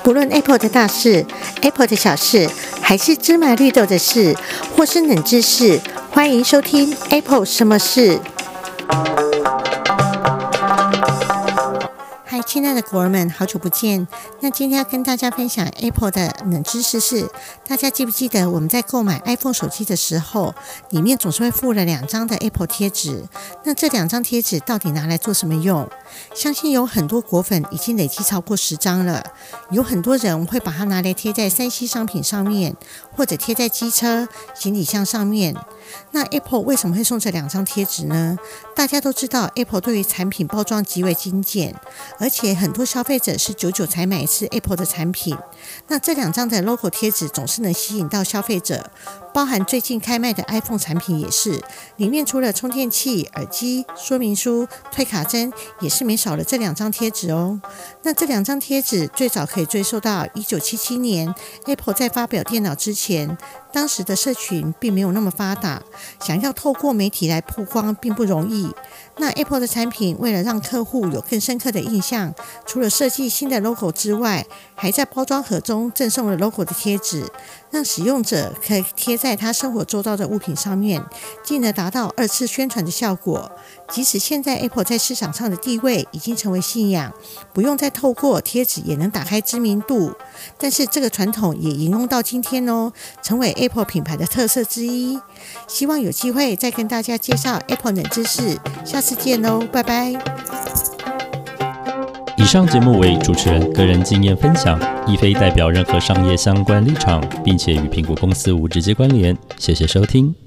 不论 Apple 的大事、Apple 的小事，还是芝麻绿豆的事，或是冷知识，欢迎收听 Apple 什么事。嗨，亲爱的国人们，好久不见。那今天要跟大家分享 Apple 的冷知识是，大家记不记得我们在购买 iPhone 手机的时候，里面总是会附了2张的 Apple 贴纸。那这2张贴纸到底拿来做什么用？相信有很多果粉已经累积超过10张了。有很多人会把它拿来贴在3C 商品上面，或者贴在机车、行李箱上面。那 Apple 为什么会送这2张贴纸呢？大家都知道 Apple 对于产品包装极为精简，而且很多消费者是久才买一次 Apple 的产品。那这2张的 logo 贴纸总是能吸引到消费者，包含最近开卖的 iPhone 产品也是，里面除了充电器、耳机、说明书、退卡针，也是没少了这2张贴纸哦。那这2张贴纸最早可以追溯到1977年 Apple 在发表电脑之前，当时的社群并没有那么发达，想要透过媒体来曝光并不容易。那 Apple 的产品为了让客户有更深刻的印象，除了设计新的 logo 之外，还在包装盒中赠送了 logo 的贴纸，让使用者可以贴在他生活周遭的物品上面，进而达到2次宣传的效果。即使现在 Apple 在市场上的地位已经成为信仰，不用再透过贴纸也能打开知名度，但是这个传统也沿用到今天哦，成为 Apple 品牌的特色之一。希望有机会再跟大家介绍 Apple 冷知识，下次见哦，拜拜。 以上节目为主持人个人经验分享，亦非代表任何商业相关立场，并且与苹果公司无直接关联。谢谢收听。